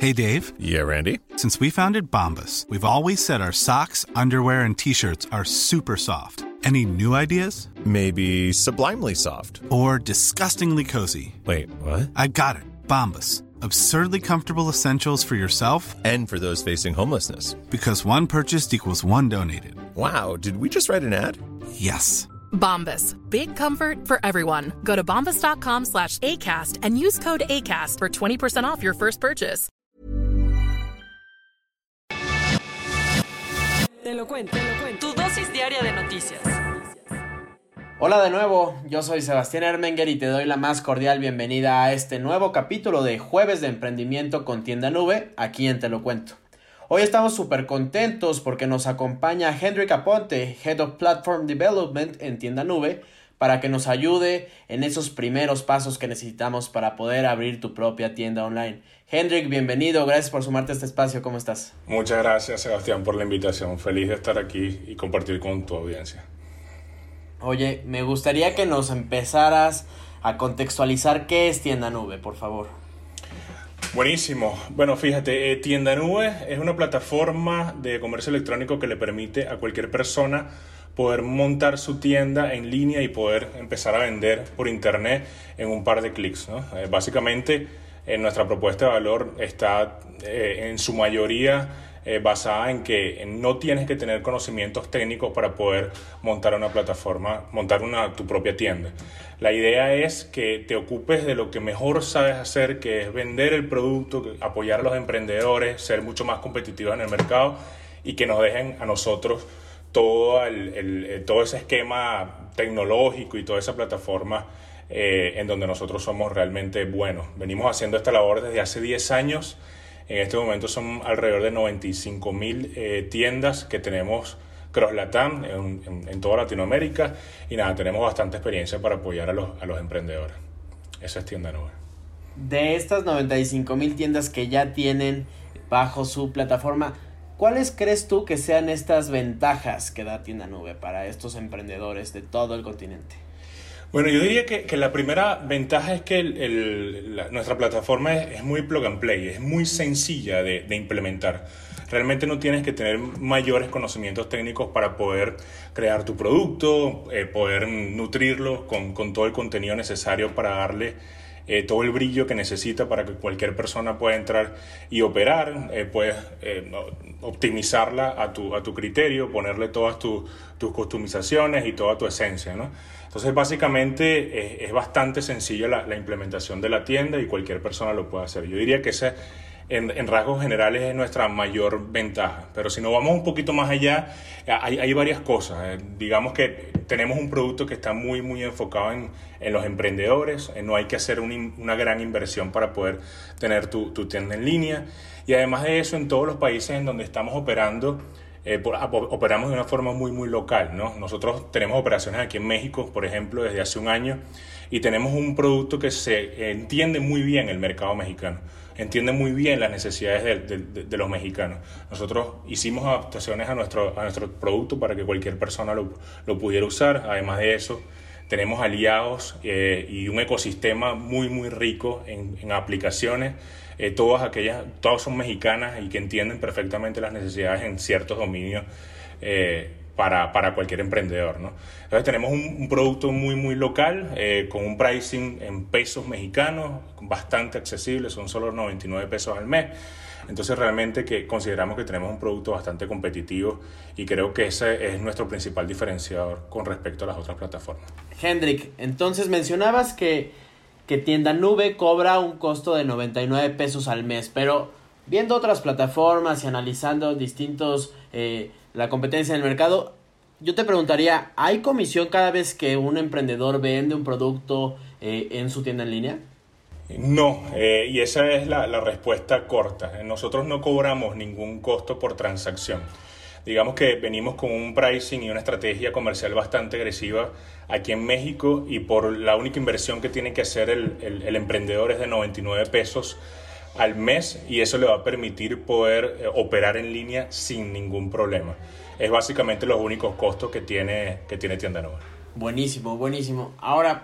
Hey, Dave. Yeah, Randy. Since we founded Bombas, we've always said our socks, underwear, and T-shirts are super soft. Any new ideas? Maybe sublimely soft. Or disgustingly cozy. Wait, what? I got it. Bombas. Absurdly comfortable essentials for yourself and for those facing homelessness. Because one purchased equals one donated. Wow, did we just write an ad? Yes. Bombas. Big comfort for everyone. Go to bombas.com/ACAST and use code ACAST for 20% off your first purchase. Te lo cuento. Tu dosis diaria de noticias. Hola de nuevo, yo soy Sebastián Ermenger y te doy la más cordial bienvenida a este nuevo capítulo de Jueves de Emprendimiento con Tienda Nube, aquí en Te lo cuento. Hoy estamos súper contentos porque nos acompaña Hendrik Aponte, Head of Platform Development en Tienda Nube, para que nos ayude en esos primeros pasos que necesitamos para poder abrir tu propia tienda online. Hendrik, bienvenido, gracias por sumarte a este espacio, ¿cómo estás? Muchas gracias, Sebastián, por la invitación. Feliz de estar aquí y compartir con tu audiencia. Oye, me gustaría que nos empezaras a contextualizar qué es Tienda Nube, por favor. Buenísimo. Bueno, fíjate, Tienda Nube es una plataforma de comercio electrónico que le permite a cualquier persona poder montar su tienda en línea y poder empezar a vender por internet en un par de clics, ¿no? Básicamente, nuestra propuesta de valor está en su mayoría basada en que no tienes que tener conocimientos técnicos para poder montar una plataforma, tu propia tienda. La idea es que te ocupes de lo que mejor sabes hacer, que es vender el producto, apoyar a los emprendedores, ser mucho más competitivos en el mercado y que nos dejen a nosotros todo ese esquema tecnológico y toda esa plataforma en donde nosotros somos realmente buenos. Venimos haciendo esta labor desde hace 10 años. En este momento son alrededor de 95,000 tiendas que tenemos cross Latam en toda Latinoamérica y nada, tenemos bastante experiencia para apoyar a los emprendedores. Eso es Tienda Nube. De estas 95,000 tiendas que ya tienen bajo su plataforma, ¿cuáles crees tú que sean estas ventajas que da Tienda Nube para estos emprendedores de todo el continente? Bueno, yo diría que la primera ventaja es que nuestra plataforma es muy plug and play, es muy sencilla de implementar. Realmente no tienes que tener mayores conocimientos técnicos para poder crear tu producto, poder nutrirlo con todo el contenido necesario para darle todo el brillo que necesita para que cualquier persona pueda entrar y operar. Puedes optimizarla a tu criterio, ponerle todas tus customizaciones y toda tu esencia, ¿no? Entonces, básicamente, es bastante sencilla la implementación de la tienda y cualquier persona lo puede hacer. Yo diría que esa, en rasgos generales, es nuestra mayor ventaja. Pero si nos vamos un poquito más allá, hay varias cosas. Digamos que tenemos un producto que está muy, muy enfocado en los emprendedores. No hay que hacer una gran inversión para poder tener tu tienda en línea. Y además de eso, en todos los países en donde estamos operando, operamos de una forma muy, muy local, ¿no? Nosotros tenemos operaciones aquí en México, por ejemplo, desde hace un año y tenemos un producto que se entiende muy bien el mercado mexicano, entiende muy bien las necesidades de los mexicanos. Nosotros hicimos adaptaciones a nuestro producto para que cualquier persona lo pudiera usar. Además de eso, tenemos aliados y un ecosistema muy, muy rico en aplicaciones. Todas son mexicanas y que entienden perfectamente las necesidades en ciertos dominios para cualquier emprendedor, ¿no? Entonces tenemos un producto muy, muy local con un pricing en pesos mexicanos bastante accesible, son solo 99 pesos al mes. Entonces realmente que consideramos que tenemos un producto bastante competitivo y creo que ese es nuestro principal diferenciador con respecto a las otras plataformas. Hendrik, entonces mencionabas que Tienda Nube cobra un costo de 99 pesos al mes, pero viendo otras plataformas y analizando la competencia en el mercado, yo te preguntaría, ¿hay comisión cada vez que un emprendedor vende un producto en su tienda en línea? No, y esa es la respuesta corta. Nosotros no cobramos ningún costo por transacción. Digamos que venimos con un pricing y una estrategia comercial bastante agresiva aquí en México y por la única inversión que tiene que hacer el emprendedor es de 99 pesos al mes y eso le va a permitir poder operar en línea sin ningún problema. Es básicamente los únicos costos que tiene Tienda Nube. Buenísimo, buenísimo. Ahora,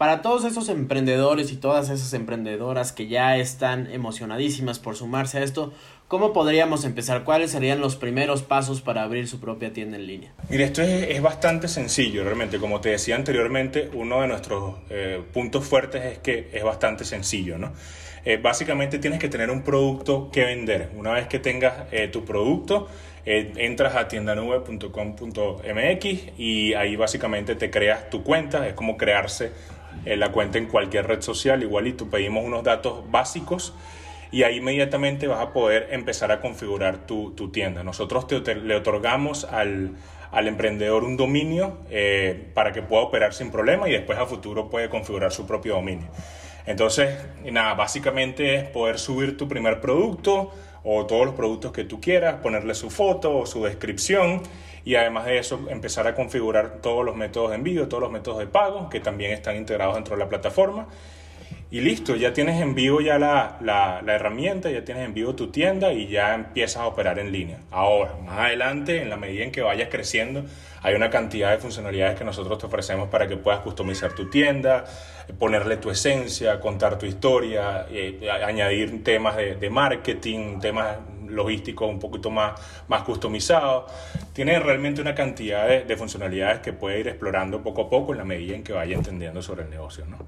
Para todos esos emprendedores y todas esas emprendedoras que ya están emocionadísimas por sumarse a esto, ¿cómo podríamos empezar? ¿Cuáles serían los primeros pasos para abrir su propia tienda en línea? Mira, esto es bastante sencillo realmente. Como te decía anteriormente, uno de nuestros puntos fuertes es que es bastante sencillo, ¿no? Básicamente tienes que tener un producto que vender. Una vez que tengas tu producto, entras a tiendanube.com.mx y ahí básicamente te creas tu cuenta. Es como crearse la cuenta en cualquier red social. Igualito, pedimos unos datos básicos y ahí inmediatamente vas a poder empezar a configurar tu tienda. Nosotros le otorgamos al emprendedor un dominio para que pueda operar sin problema y después a futuro puede configurar su propio dominio. Entonces, nada, básicamente es poder subir tu primer producto o todos los productos que tú quieras, ponerle su foto o su descripción y además de eso empezar a configurar todos los métodos de envío, todos los métodos de pago que también están integrados dentro de la plataforma. Y listo, ya tienes en vivo ya la herramienta, ya tienes en vivo tu tienda y ya empiezas a operar en línea. Ahora, más adelante, en la medida en que vayas creciendo, hay una cantidad de funcionalidades que nosotros te ofrecemos para que puedas customizar tu tienda, ponerle tu esencia, contar tu historia, añadir temas de marketing, temas logísticos un poquito más customizados. Tiene realmente una cantidad de funcionalidades que puedes ir explorando poco a poco en la medida en que vaya entendiendo sobre el negocio, ¿no?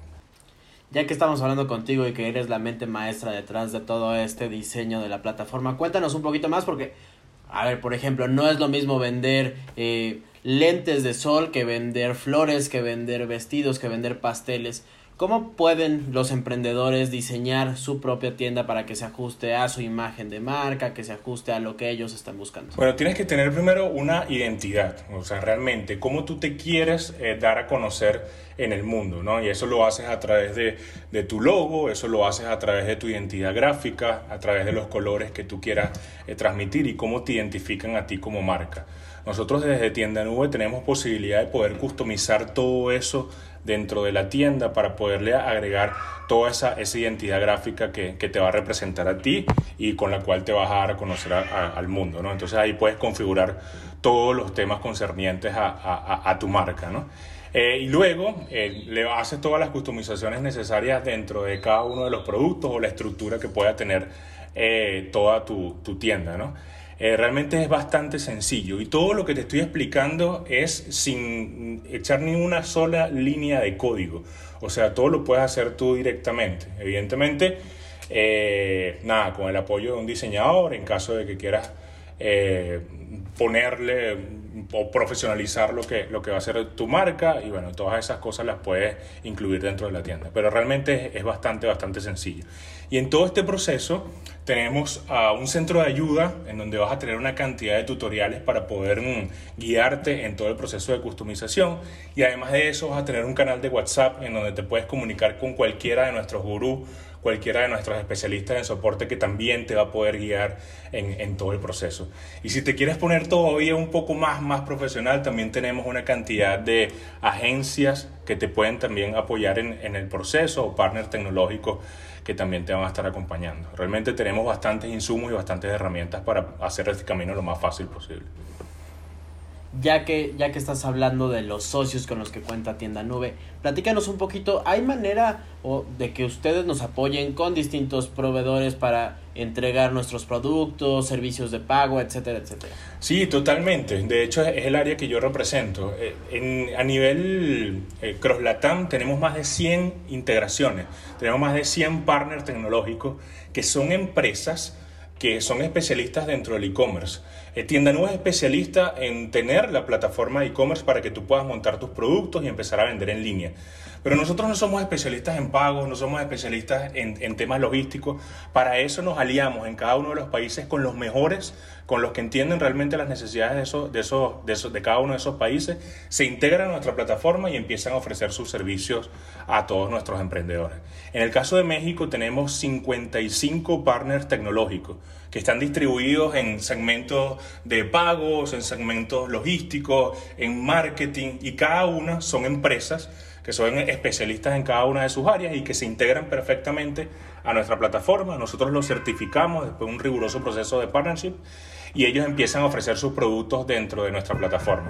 Ya que estamos hablando contigo y que eres la mente maestra detrás de todo este diseño de la plataforma, cuéntanos un poquito más porque, a ver, por ejemplo, no es lo mismo vender lentes de sol que vender flores, que vender vestidos, que vender pasteles. ¿Cómo pueden los emprendedores diseñar su propia tienda para que se ajuste a su imagen de marca, que se ajuste a lo que ellos están buscando? Bueno, tienes que tener primero una identidad, o sea, realmente cómo tú te quieres dar a conocer en el mundo, ¿no? Y eso lo haces a través de tu logo, eso lo haces a través de tu identidad gráfica, a través de los colores que tú quieras transmitir y cómo te identifican a ti como marca. Nosotros desde Tienda Nube tenemos posibilidad de poder customizar todo eso dentro de la tienda para poderle agregar toda esa identidad gráfica que te va a representar a ti y con la cual te vas a dar a conocer al mundo, ¿no? Entonces ahí puedes configurar todos los temas concernientes a tu marca, ¿no? Y luego le haces todas las customizaciones necesarias dentro de cada uno de los productos o la estructura que pueda tener toda tu tienda, ¿no? Realmente es bastante sencillo y todo lo que te estoy explicando es sin echar ni una sola línea de código. O sea, todo lo puedes hacer tú directamente. Evidentemente, nada, con el apoyo de un diseñador en caso de que quieras ponerle o profesionalizar lo que va a ser tu marca y bueno, todas esas cosas las puedes incluir dentro de la tienda, pero realmente es bastante sencillo. Y en todo este proceso tenemos un centro de ayuda en donde vas a tener una cantidad de tutoriales para poder guiarte en todo el proceso de customización y además de eso vas a tener un canal de WhatsApp en donde te puedes comunicar con cualquiera de nuestros gurús, cualquiera de nuestros especialistas en soporte que también te va a poder guiar en todo el proceso. Y si te quieres poner todavía un poco más profesional, también tenemos una cantidad de agencias que te pueden también apoyar en el proceso o partners tecnológicos que también te van a estar acompañando. Realmente tenemos bastantes insumos y bastantes herramientas para hacer este camino lo más fácil posible. Ya que estás hablando de los socios con los que cuenta Tienda Nube, platícanos un poquito, ¿hay manera de que ustedes nos apoyen con distintos proveedores para entregar nuestros productos, servicios de pago, etcétera, etcétera? Sí, totalmente. De hecho, es el área que yo represento. A nivel CrossLatam tenemos más de 100 integraciones, tenemos más de 100 partners tecnológicos que son empresas que son especialistas dentro del e-commerce. Tienda Nube es especialista en tener la plataforma de e-commerce para que tú puedas montar tus productos y empezar a vender en línea. Pero nosotros no somos especialistas en pagos, no somos especialistas en temas logísticos. Para eso nos aliamos en cada uno de los países con los mejores, con los que entienden realmente las necesidades de cada uno de esos países, se integran a nuestra plataforma y empiezan a ofrecer sus servicios a todos nuestros emprendedores. En el caso de México tenemos 55 partners tecnológicos que están distribuidos en segmentos de pagos, en segmentos logísticos, en marketing, y cada una son empresas que son especialistas en cada una de sus áreas y que se integran perfectamente a nuestra plataforma. Nosotros los certificamos después de un riguroso proceso de partnership y ellos empiezan a ofrecer sus productos dentro de nuestra plataforma.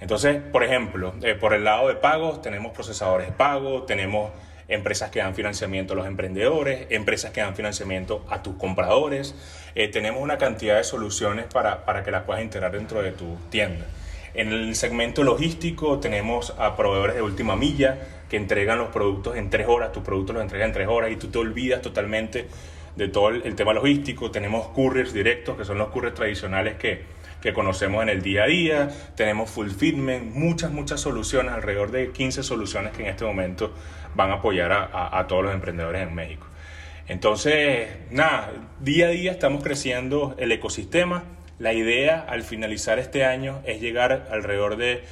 Entonces, por ejemplo, por el lado de pagos, tenemos procesadores de pago, tenemos empresas que dan financiamiento a los emprendedores, empresas que dan financiamiento a tus compradores. Tenemos una cantidad de soluciones para que las puedas integrar dentro de tu tienda. En el segmento logístico tenemos a proveedores de última milla que entregan los productos en 3 horas, tu producto los entrega en 3 horas y tú te olvidas totalmente de todo el tema logístico. Tenemos couriers directos, que son los couriers tradicionales que conocemos en el día a día. Tenemos fulfillment, muchas soluciones, alrededor de 15 soluciones que en este momento van a apoyar a todos los emprendedores en México. Entonces, día a día estamos creciendo el ecosistema. La idea al finalizar este año es llegar alrededor de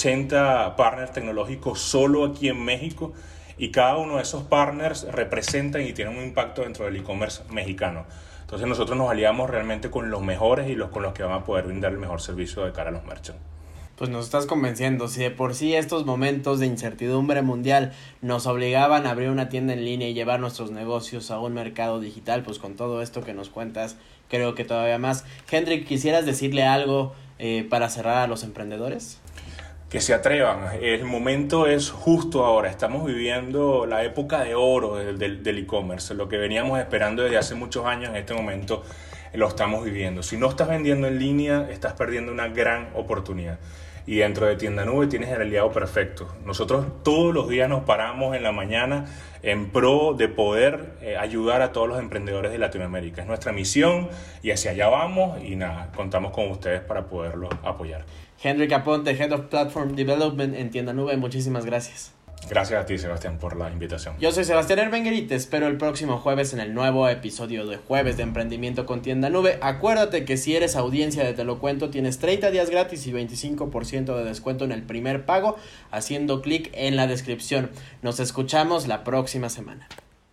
80 partners tecnológicos solo aquí en México, y cada uno de esos partners representan y tienen un impacto dentro del e-commerce mexicano. Entonces nosotros nos aliamos realmente con los mejores y con los que van a poder brindar el mejor servicio de cara a los merchants. Pues nos estás convenciendo. Si de por sí estos momentos de incertidumbre mundial nos obligaban a abrir una tienda en línea y llevar nuestros negocios a un mercado digital, pues con todo esto que nos cuentas, creo que todavía más. Hendrik, ¿quisieras decirle algo para cerrar a los emprendedores? Que se atrevan. El momento es justo ahora. Estamos viviendo la época de oro del e-commerce. Lo que veníamos esperando desde hace muchos años, en este momento lo estamos viviendo. Si no estás vendiendo en línea, estás perdiendo una gran oportunidad. Y dentro de Tienda Nube tienes el aliado perfecto. Nosotros todos los días nos paramos en la mañana en pro de poder ayudar a todos los emprendedores de Latinoamérica. Es nuestra misión y hacia allá vamos, y contamos con ustedes para poderlos apoyar. Hendrik Aponte, Head of Platform Development en Tienda Nube, muchísimas gracias. Gracias a ti, Sebastián, por la invitación. Yo soy Sebastián Erbenguer y te espero el próximo jueves en el nuevo episodio de Jueves de Emprendimiento con Tienda Nube. Acuérdate que si eres audiencia de Te Lo Cuento, tienes 30 días gratis y 25% de descuento en el primer pago haciendo clic en la descripción. Nos escuchamos la próxima semana.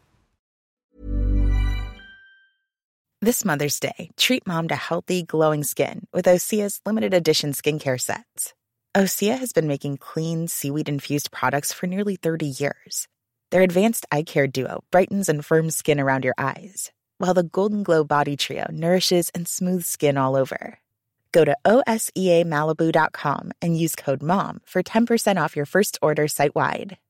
This Mother's Day, treat mom to healthy, glowing skin with Osea's limited edition skincare sets. Osea has been making clean, seaweed-infused products for nearly 30 years. Their advanced eye care duo brightens and firms skin around your eyes, while the Golden Glow Body Trio nourishes and smooths skin all over. Go to OSEAMalibu.com and use code MOM for 10% off your first order site-wide.